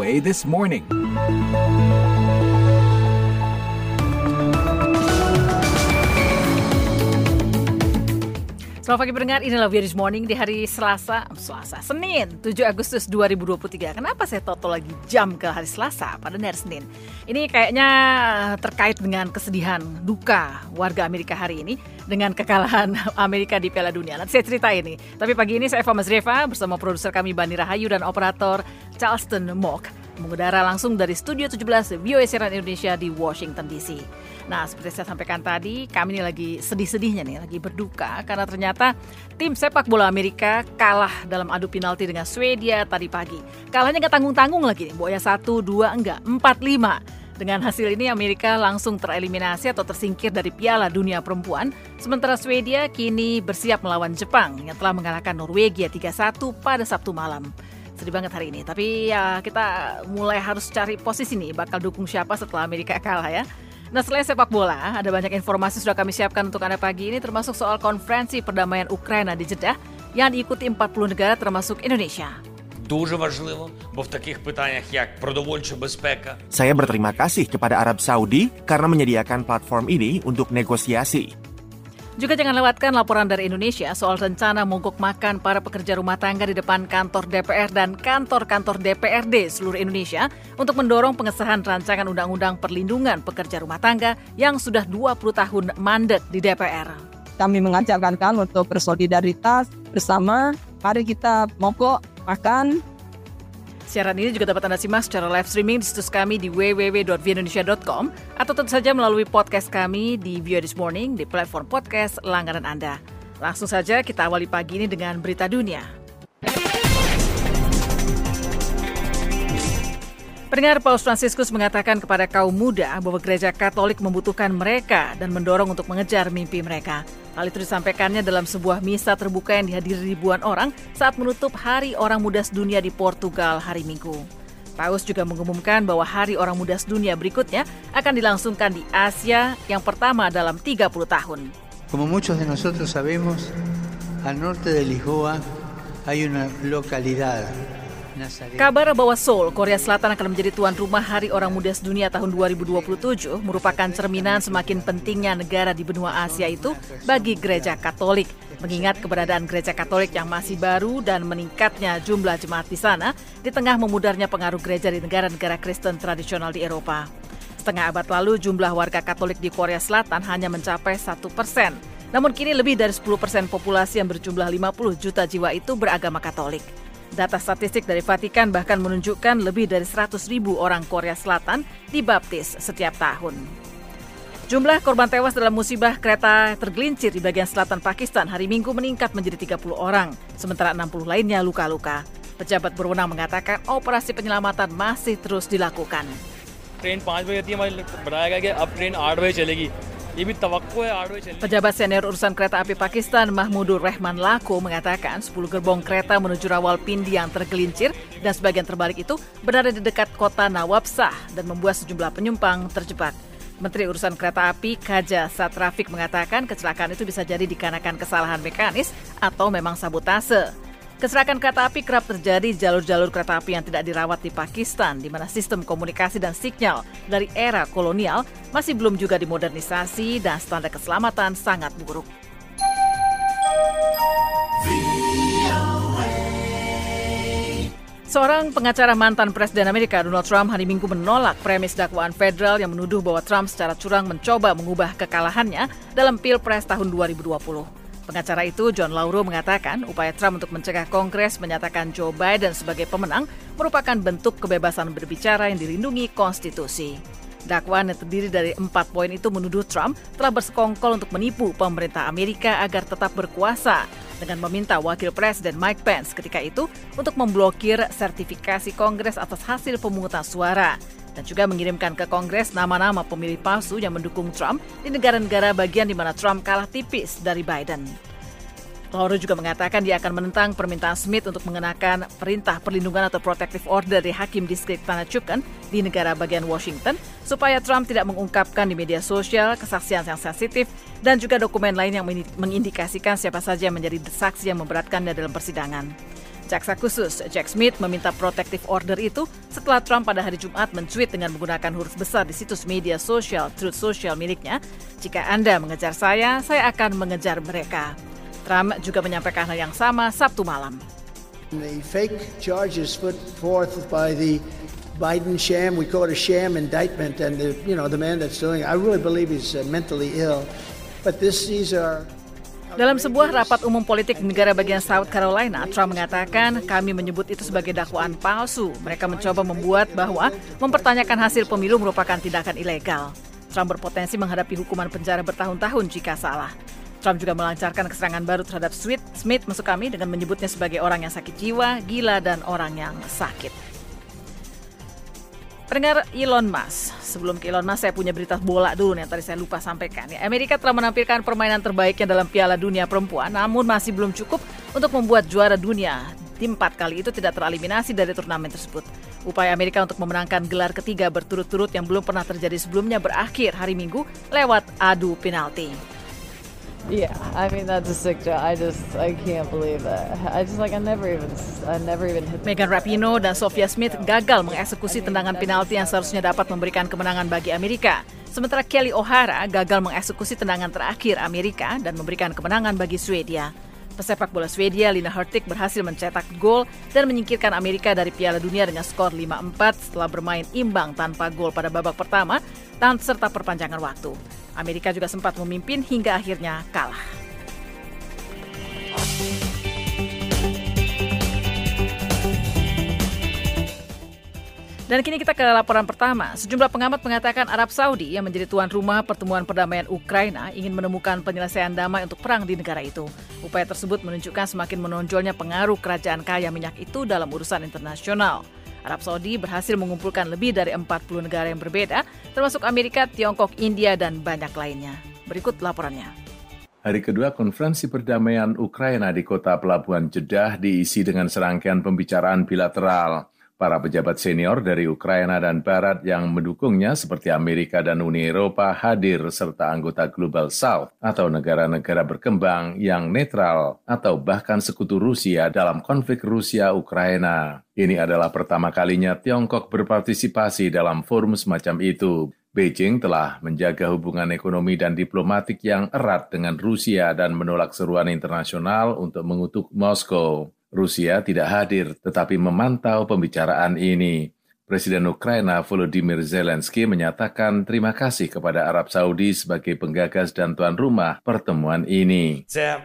VOA This Morning. Selamat pagi pendengar, inilah VOA This Morning di hari Senin 7 Agustus 2023. Kenapa saya toto lagi jam ke hari Selasa pada hari Senin? Ini kayaknya terkait dengan kesedihan, duka warga Amerika hari ini dengan kekalahan Amerika di Piala Dunia. Nanti saya cerita ini. Tapi pagi ini saya Eva Mazreva bersama produser kami Bani Rahayu dan operator Charleston Mock mengudara langsung dari Studio 17 VOA Siaran Indonesia di Washington DC. Nah, seperti saya sampaikan tadi, kami ini lagi sedih-sedihnya nih, lagi berduka karena ternyata tim sepak bola Amerika kalah dalam adu penalti dengan Swedia tadi pagi. Kalahnya nggak tanggung-tanggung lagi nih, boya 1, 2, enggak, 4-5. Dengan hasil ini Amerika langsung tereliminasi atau tersingkir dari Piala Dunia Perempuan, sementara Swedia kini bersiap melawan Jepang yang telah mengalahkan Norwegia 3-1 pada Sabtu malam. Sedih banget hari ini, tapi ya kita mulai harus cari posisi nih, bakal dukung siapa setelah Amerika kalah ya. Nah, selain sepak bola, ada banyak informasi sudah kami siapkan untuk Anda pagi ini, termasuk soal konferensi perdamaian Ukraina di Jeddah yang diikuti 40 negara termasuk Indonesia. Дуже важливо, бо в таких питаннях як продовольча безпека. Saya berterima kasih kepada Arab Saudi karena menyediakan platform ini untuk negosiasi. Juga jangan lewatkan laporan dari Indonesia soal rencana mogok makan para pekerja rumah tangga di depan kantor DPR dan kantor-kantor DPRD seluruh Indonesia untuk mendorong pengesahan rancangan undang-undang perlindungan pekerja rumah tangga yang sudah 20 tahun mandek di DPR. Kami mengajarkan untuk bersolidaritas bersama, mari kita mogok makan. Siaran ini juga dapat Anda simak secara live streaming di situs kami di www.voaindonesia.com atau tentu saja melalui podcast kami di VOA This Morning di platform podcast langganan Anda. Langsung saja kita awali pagi ini dengan berita dunia. Pendengar, Paus Fransiskus mengatakan kepada kaum muda bahwa gereja Katolik membutuhkan mereka dan mendorong untuk mengejar mimpi mereka. Hal itu disampaikannya dalam sebuah misa terbuka yang dihadiri ribuan orang saat menutup Hari Orang Muda Sedunia di Portugal hari Minggu. Paus juga mengumumkan bahwa Hari Orang Muda Sedunia berikutnya akan dilangsungkan di Asia yang pertama dalam 30 tahun. Como muchos de nosotros sabemos, al norte de Lisboa hay una localidad. Kabar bahwa Seoul, Korea Selatan akan menjadi tuan rumah Hari Orang Muda Sedunia tahun 2027 merupakan cerminan semakin pentingnya negara di benua Asia itu bagi gereja Katolik. Mengingat keberadaan gereja Katolik yang masih baru dan meningkatnya jumlah jemaat di sana di tengah memudarnya pengaruh gereja di negara-negara Kristen tradisional di Eropa. Setengah abad lalu jumlah warga Katolik di Korea Selatan hanya mencapai 1%. Namun kini lebih dari 10% populasi yang berjumlah 50 juta jiwa itu beragama Katolik. Data statistik dari Vatikan bahkan menunjukkan lebih dari 100.000 orang Korea Selatan dibaptis setiap tahun. Jumlah korban tewas dalam musibah kereta tergelincir di bagian selatan Pakistan hari Minggu meningkat menjadi 30 orang, sementara 60 lainnya luka-luka. Pejabat berwenang mengatakan operasi penyelamatan masih terus dilakukan. Train 5 बजे आती है, हमारी बताया गया कि अब ट्रेन 8 बजे चलेगी. Pejabat senior urusan kereta api Pakistan Mahmudur Rehman Lako mengatakan 10 gerbong kereta menuju Rawalpindi yang tergelincir dan sebagian terbalik itu berada di dekat kota Nawabshah dan membuat sejumlah penumpang terjebak. Menteri Urusan Kereta Api Khaja Satrafik mengatakan kecelakaan itu bisa jadi dikarenakan kesalahan mekanis atau memang sabotase. Kecelakaan kereta api kerap terjadi di jalur-jalur kereta api yang tidak dirawat di Pakistan, di mana sistem komunikasi dan sinyal dari era kolonial masih belum juga dimodernisasi dan standar keselamatan sangat buruk. Seorang pengacara mantan Presiden Amerika Donald Trump hari Minggu menolak premis dakwaan federal yang menuduh bahwa Trump secara curang mencoba mengubah kekalahannya dalam Pilpres tahun 2020. Pengacara itu, John Lauro, mengatakan upaya Trump untuk mencegah Kongres menyatakan Joe Biden sebagai pemenang merupakan bentuk kebebasan berbicara yang dilindungi konstitusi. Dakwaan yang terdiri dari 4 poin itu menuduh Trump telah bersekongkol untuk menipu pemerintah Amerika agar tetap berkuasa dengan meminta Wakil Presiden Mike Pence ketika itu untuk memblokir sertifikasi Kongres atas hasil pemungutan suara dan juga mengirimkan ke Kongres nama-nama pemilih palsu yang mendukung Trump di negara-negara bagian di mana Trump kalah tipis dari Biden. Lauro juga mengatakan dia akan menentang permintaan Smith untuk mengenakan perintah perlindungan atau protective order dari Hakim Distrik Tanah di negara bagian Washington supaya Trump tidak mengungkapkan di media sosial kesaksian yang sensitif dan juga dokumen lain yang mengindikasikan siapa saja yang menjadi saksi yang memberatkannya dalam persidangan. Jaksa khusus Jack Smith meminta protective order itu setelah Trump pada hari Jumat men-tweet dengan menggunakan huruf besar di situs media sosial Truth Social miliknya, "Jika Anda mengejar saya akan mengejar mereka." Trump juga menyampaikan hal yang sama Sabtu malam. The fake charges put forth by the Biden sham, we call it a sham indictment, and the man that's doing it, I really believe he's mentally ill. But these are. Dalam sebuah rapat umum politik di negara bagian South Carolina, Trump mengatakan, "Kami menyebut itu sebagai dakwaan palsu. Mereka mencoba membuat bahwa mempertanyakan hasil pemilu merupakan tindakan ilegal." Trump berpotensi menghadapi hukuman penjara bertahun-tahun jika salah. Trump juga melancarkan keserangan baru terhadap Smith dengan menyebutnya sebagai orang yang sakit jiwa, gila, dan orang yang sakit. Pendengar Elon Musk, sebelum ke Elon Musk saya punya berita bola dulu yang tadi saya lupa sampaikan. Amerika telah menampilkan permainan terbaiknya dalam Piala Dunia Perempuan, namun masih belum cukup untuk membuat juara dunia. Tim 4 kali itu tidak tereliminasi dari turnamen tersebut. Upaya Amerika untuk memenangkan gelar ketiga berturut-turut yang belum pernah terjadi sebelumnya berakhir hari Minggu lewat adu penalti. Yeah, I mean that's a sick job. I can't believe it. I never even hit. Megan Rapinoe dan Sophia Smith gagal mengeksekusi tendangan penalti yang seharusnya dapat memberikan kemenangan bagi Amerika. Sementara Kelly O'Hara gagal mengeksekusi tendangan terakhir Amerika dan memberikan kemenangan bagi Swedia. Pesepak bola Swedia Lina Hurtig berhasil mencetak gol dan menyingkirkan Amerika dari Piala Dunia dengan skor 5-4 setelah bermain imbang tanpa gol pada babak pertama serta perpanjangan waktu. Amerika juga sempat memimpin hingga akhirnya kalah. Dan kini kita ke laporan pertama. Sejumlah pengamat mengatakan Arab Saudi yang menjadi tuan rumah pertemuan perdamaian Ukraina ingin menemukan penyelesaian damai untuk perang di negara itu. Upaya tersebut menunjukkan semakin menonjolnya pengaruh kerajaan kaya minyak itu dalam urusan internasional. Arab Saudi berhasil mengumpulkan lebih dari 40 negara yang berbeda, termasuk Amerika, Tiongkok, India, dan banyak lainnya. Berikut laporannya. Hari kedua konferensi perdamaian Ukraina di kota pelabuhan Jeddah diisi dengan serangkaian pembicaraan bilateral. Para pejabat senior dari Ukraina dan Barat yang mendukungnya seperti Amerika dan Uni Eropa hadir serta anggota Global South atau negara-negara berkembang yang netral atau bahkan sekutu Rusia dalam konflik Rusia-Ukraina. Ini adalah pertama kalinya Tiongkok berpartisipasi dalam forum semacam itu. Beijing telah menjaga hubungan ekonomi dan diplomatik yang erat dengan Rusia dan menolak seruan internasional untuk mengutuk Moskow. Rusia tidak hadir, tetapi memantau pembicaraan ini. Presiden Ukraina Volodymyr Zelensky menyatakan terima kasih kepada Arab Saudi sebagai penggagas dan tuan rumah pertemuan ini. Це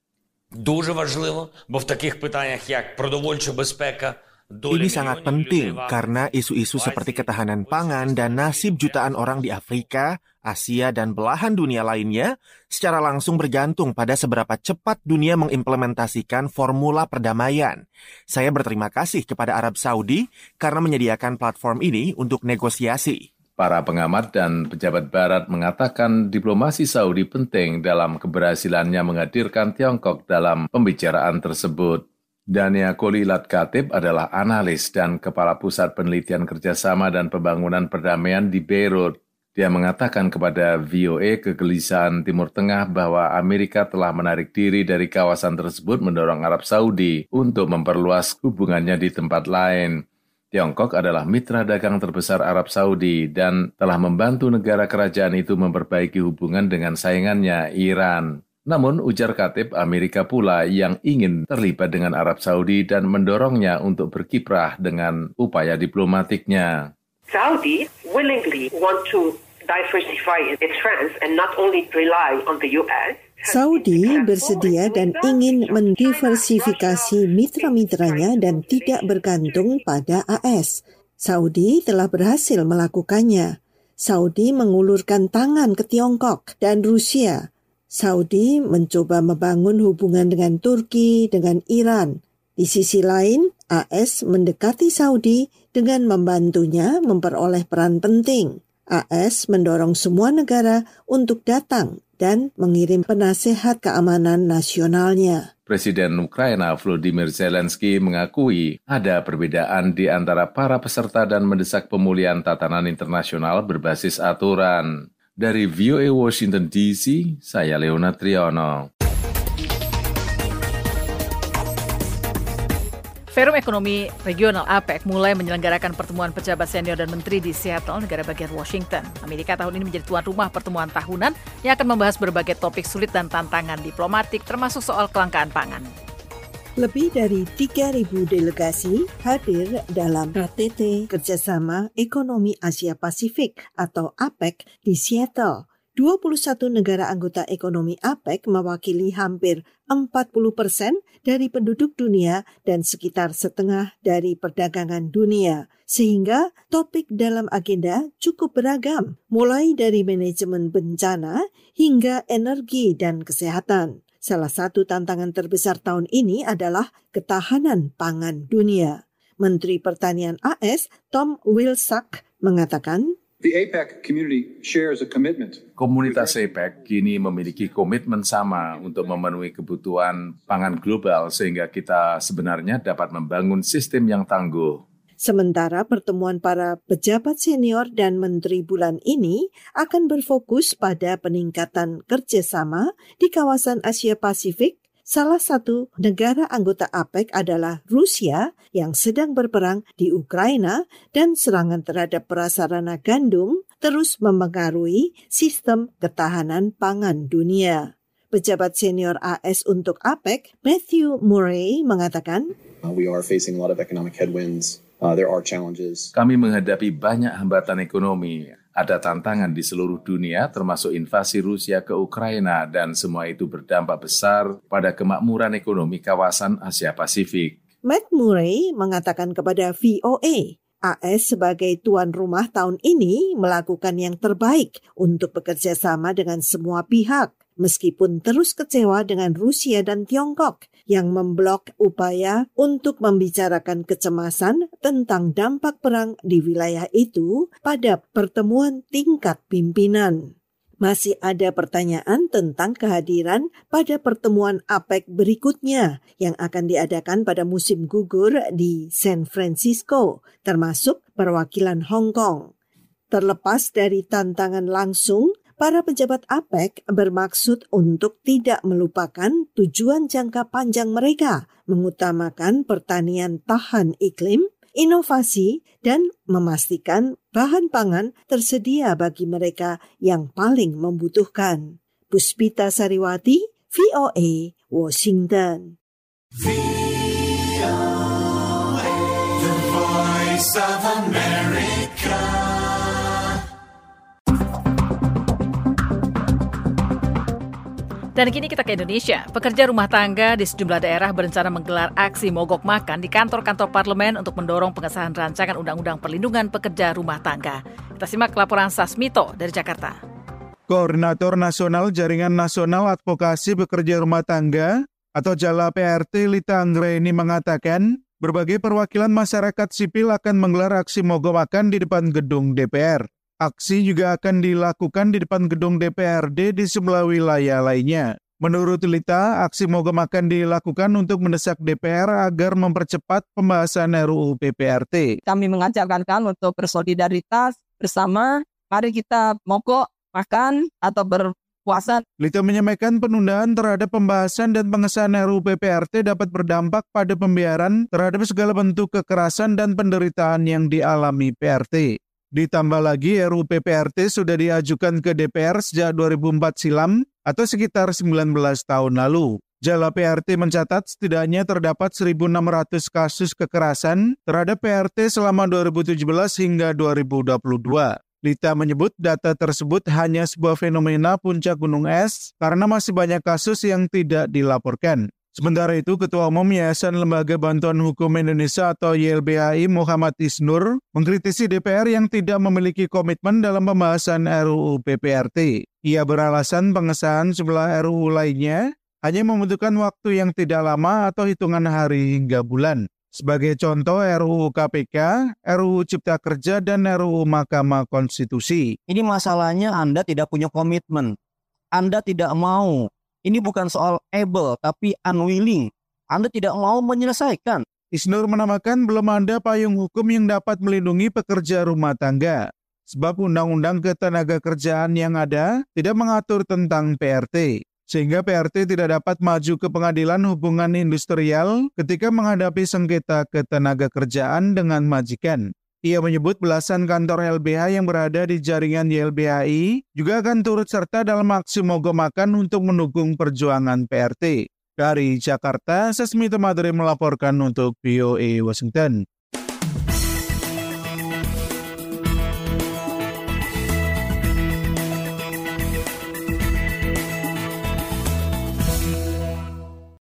дуже важливо, бо в таких питаннях, як продовольча безпека, Ini sangat penting karena isu-isu seperti ketahanan pangan dan nasib jutaan orang di Afrika, Asia, dan belahan dunia lainnya secara langsung bergantung pada seberapa cepat dunia mengimplementasikan formula perdamaian. Saya berterima kasih kepada Arab Saudi karena menyediakan platform ini untuk negosiasi. Para pengamat dan pejabat Barat mengatakan diplomasi Saudi penting dalam keberhasilannya menghadirkan Tiongkok dalam pembicaraan tersebut. Dania Kolilat Khatib adalah analis dan kepala pusat penelitian kerjasama dan pembangunan perdamaian di Beirut. Dia mengatakan kepada VOA kegelisahan Timur Tengah bahwa Amerika telah menarik diri dari kawasan tersebut mendorong Arab Saudi untuk memperluas hubungannya di tempat lain. Tiongkok adalah mitra dagang terbesar Arab Saudi dan telah membantu negara kerajaan itu memperbaiki hubungan dengan saingannya, Iran. Namun, ujar Khatib, Amerika pula yang ingin terlibat dengan Arab Saudi dan mendorongnya untuk berkiprah dengan upaya diplomatiknya. Saudi willingly want to diversify its friends and not only rely on the US. Saudi bersedia dan ingin mendiversifikasi mitra-mitranya dan tidak bergantung pada AS. Saudi telah berhasil melakukannya. Saudi mengulurkan tangan ke Tiongkok dan Rusia. Saudi mencoba membangun hubungan dengan Turki, dengan Iran. Di sisi lain, AS mendekati Saudi dengan membantunya memperoleh peran penting. AS mendorong semua negara untuk datang dan mengirim penasehat keamanan nasionalnya. Presiden Ukraina Volodymyr Zelensky mengakui ada perbedaan di antara para peserta dan mendesak pemulihan tatanan internasional berbasis aturan. Dari VOA Washington DC, saya Leona Triono. Forum Ekonomi Regional APEC mulai menyelenggarakan pertemuan pejabat senior dan menteri di Seattle, negara bagian Washington. Amerika tahun ini menjadi tuan rumah pertemuan tahunan yang akan membahas berbagai topik sulit dan tantangan diplomatik, termasuk soal kelangkaan pangan. Lebih dari 3.000 delegasi hadir dalam KTT Kerjasama Ekonomi Asia Pasifik atau APEC di Seattle. 21 negara anggota ekonomi APEC mewakili hampir 40% dari penduduk dunia dan sekitar setengah dari perdagangan dunia. Sehingga topik dalam agenda cukup beragam, mulai dari manajemen bencana hingga energi dan kesehatan. Salah satu tantangan terbesar tahun ini adalah ketahanan pangan dunia. Menteri Pertanian AS Tom Vilsack mengatakan, The APEC community shares a commitment. Komunitas APEC kini memiliki komitmen sama untuk memenuhi kebutuhan pangan global sehingga kita sebenarnya dapat membangun sistem yang tangguh. Sementara pertemuan para pejabat senior dan menteri bulan ini akan berfokus pada peningkatan kerjasama di kawasan Asia Pasifik. Salah satu negara anggota APEC adalah Rusia yang sedang berperang di Ukraina dan serangan terhadap prasarana gandum terus mempengaruhi sistem ketahanan pangan dunia. Pejabat senior AS untuk APEC, Matthew Murray, mengatakan, We are facing a lot of economic headwinds. There are challenges. Kami menghadapi banyak hambatan ekonomi. Ada tantangan di seluruh dunia termasuk invasi Rusia ke Ukraina dan semua itu berdampak besar pada kemakmuran ekonomi kawasan Asia Pasifik. Matt Murray mengatakan kepada VOA, AS sebagai tuan rumah tahun ini melakukan yang terbaik untuk bekerja sama dengan semua pihak, meskipun terus kecewa dengan Rusia dan Tiongkok yang memblok upaya untuk membicarakan kecemasan tentang dampak perang di wilayah itu pada pertemuan tingkat pimpinan. Masih ada pertanyaan tentang kehadiran pada pertemuan APEC berikutnya yang akan diadakan pada musim gugur di San Francisco, termasuk perwakilan Hong Kong. Terlepas dari tantangan langsung, para pejabat APEC bermaksud untuk tidak melupakan tujuan jangka panjang mereka, mengutamakan pertanian tahan iklim, inovasi, dan memastikan bahan pangan tersedia bagi mereka yang paling membutuhkan. Puspita Sariwati, VOA, Washington. VOA, the voice of America. Dan kini kita ke Indonesia. Pekerja rumah tangga di sejumlah daerah berencana menggelar aksi mogok makan di kantor-kantor parlemen untuk mendorong pengesahan rancangan Undang-Undang Perlindungan Pekerja Rumah Tangga. Kita simak laporan Sasmito dari Jakarta. Koordinator Nasional Jaringan Nasional Advokasi Pekerja Rumah Tangga atau JALA PRT Lita Anggraini mengatakan, berbagai perwakilan masyarakat sipil akan menggelar aksi mogok makan di depan gedung DPR. Aksi juga akan dilakukan di depan gedung DPRD di sejumlah wilayah lainnya. Menurut Lita, aksi mogok makan dilakukan untuk mendesak DPR agar mempercepat pembahasan RUU PPRT. Kami mengajak rekan-rekan untuk bersolidaritas bersama. Mari kita mogok makan atau berpuasa. Lita menyampaikan penundaan terhadap pembahasan dan pengesahan RUU PPRT dapat berdampak pada pembiaran terhadap segala bentuk kekerasan dan penderitaan yang dialami PRT. Ditambah lagi RUU PPRT sudah diajukan ke DPR sejak 2004 silam atau sekitar 19 tahun lalu. JALA PRT mencatat setidaknya terdapat 1.600 kasus kekerasan terhadap PRT selama 2017 hingga 2022. Lita menyebut data tersebut hanya sebuah fenomena puncak gunung es karena masih banyak kasus yang tidak dilaporkan. Sementara itu, Ketua Umum Yayasan Lembaga Bantuan Hukum Indonesia atau YLBHI Muhammad Isnur mengkritisi DPR yang tidak memiliki komitmen dalam pembahasan RUU PPRT. Ia beralasan pengesahan sejumlah RUU lainnya hanya membutuhkan waktu yang tidak lama atau hitungan hari hingga bulan. Sebagai contoh RUU KPK, RUU Cipta Kerja, dan RUU Mahkamah Konstitusi. Ini masalahnya Anda tidak punya komitmen. Anda tidak mau. Ini bukan soal able, tapi unwilling. Anda tidak mau menyelesaikan. Isnur menambahkan belum ada payung hukum yang dapat melindungi pekerja rumah tangga. Sebab Undang-Undang Ketenagakerjaan yang ada tidak mengatur tentang PRT. sehingga PRT tidak dapat maju ke pengadilan hubungan industrial ketika menghadapi sengketa ketenagakerjaan dengan majikan. Ia menyebut belasan kantor LBH yang berada di jaringan YLBHI juga akan turut serta dalam aksi mogok makan untuk mendukung perjuangan PRT. Dari Jakarta, Sesmito Madre melaporkan untuk VOA Washington.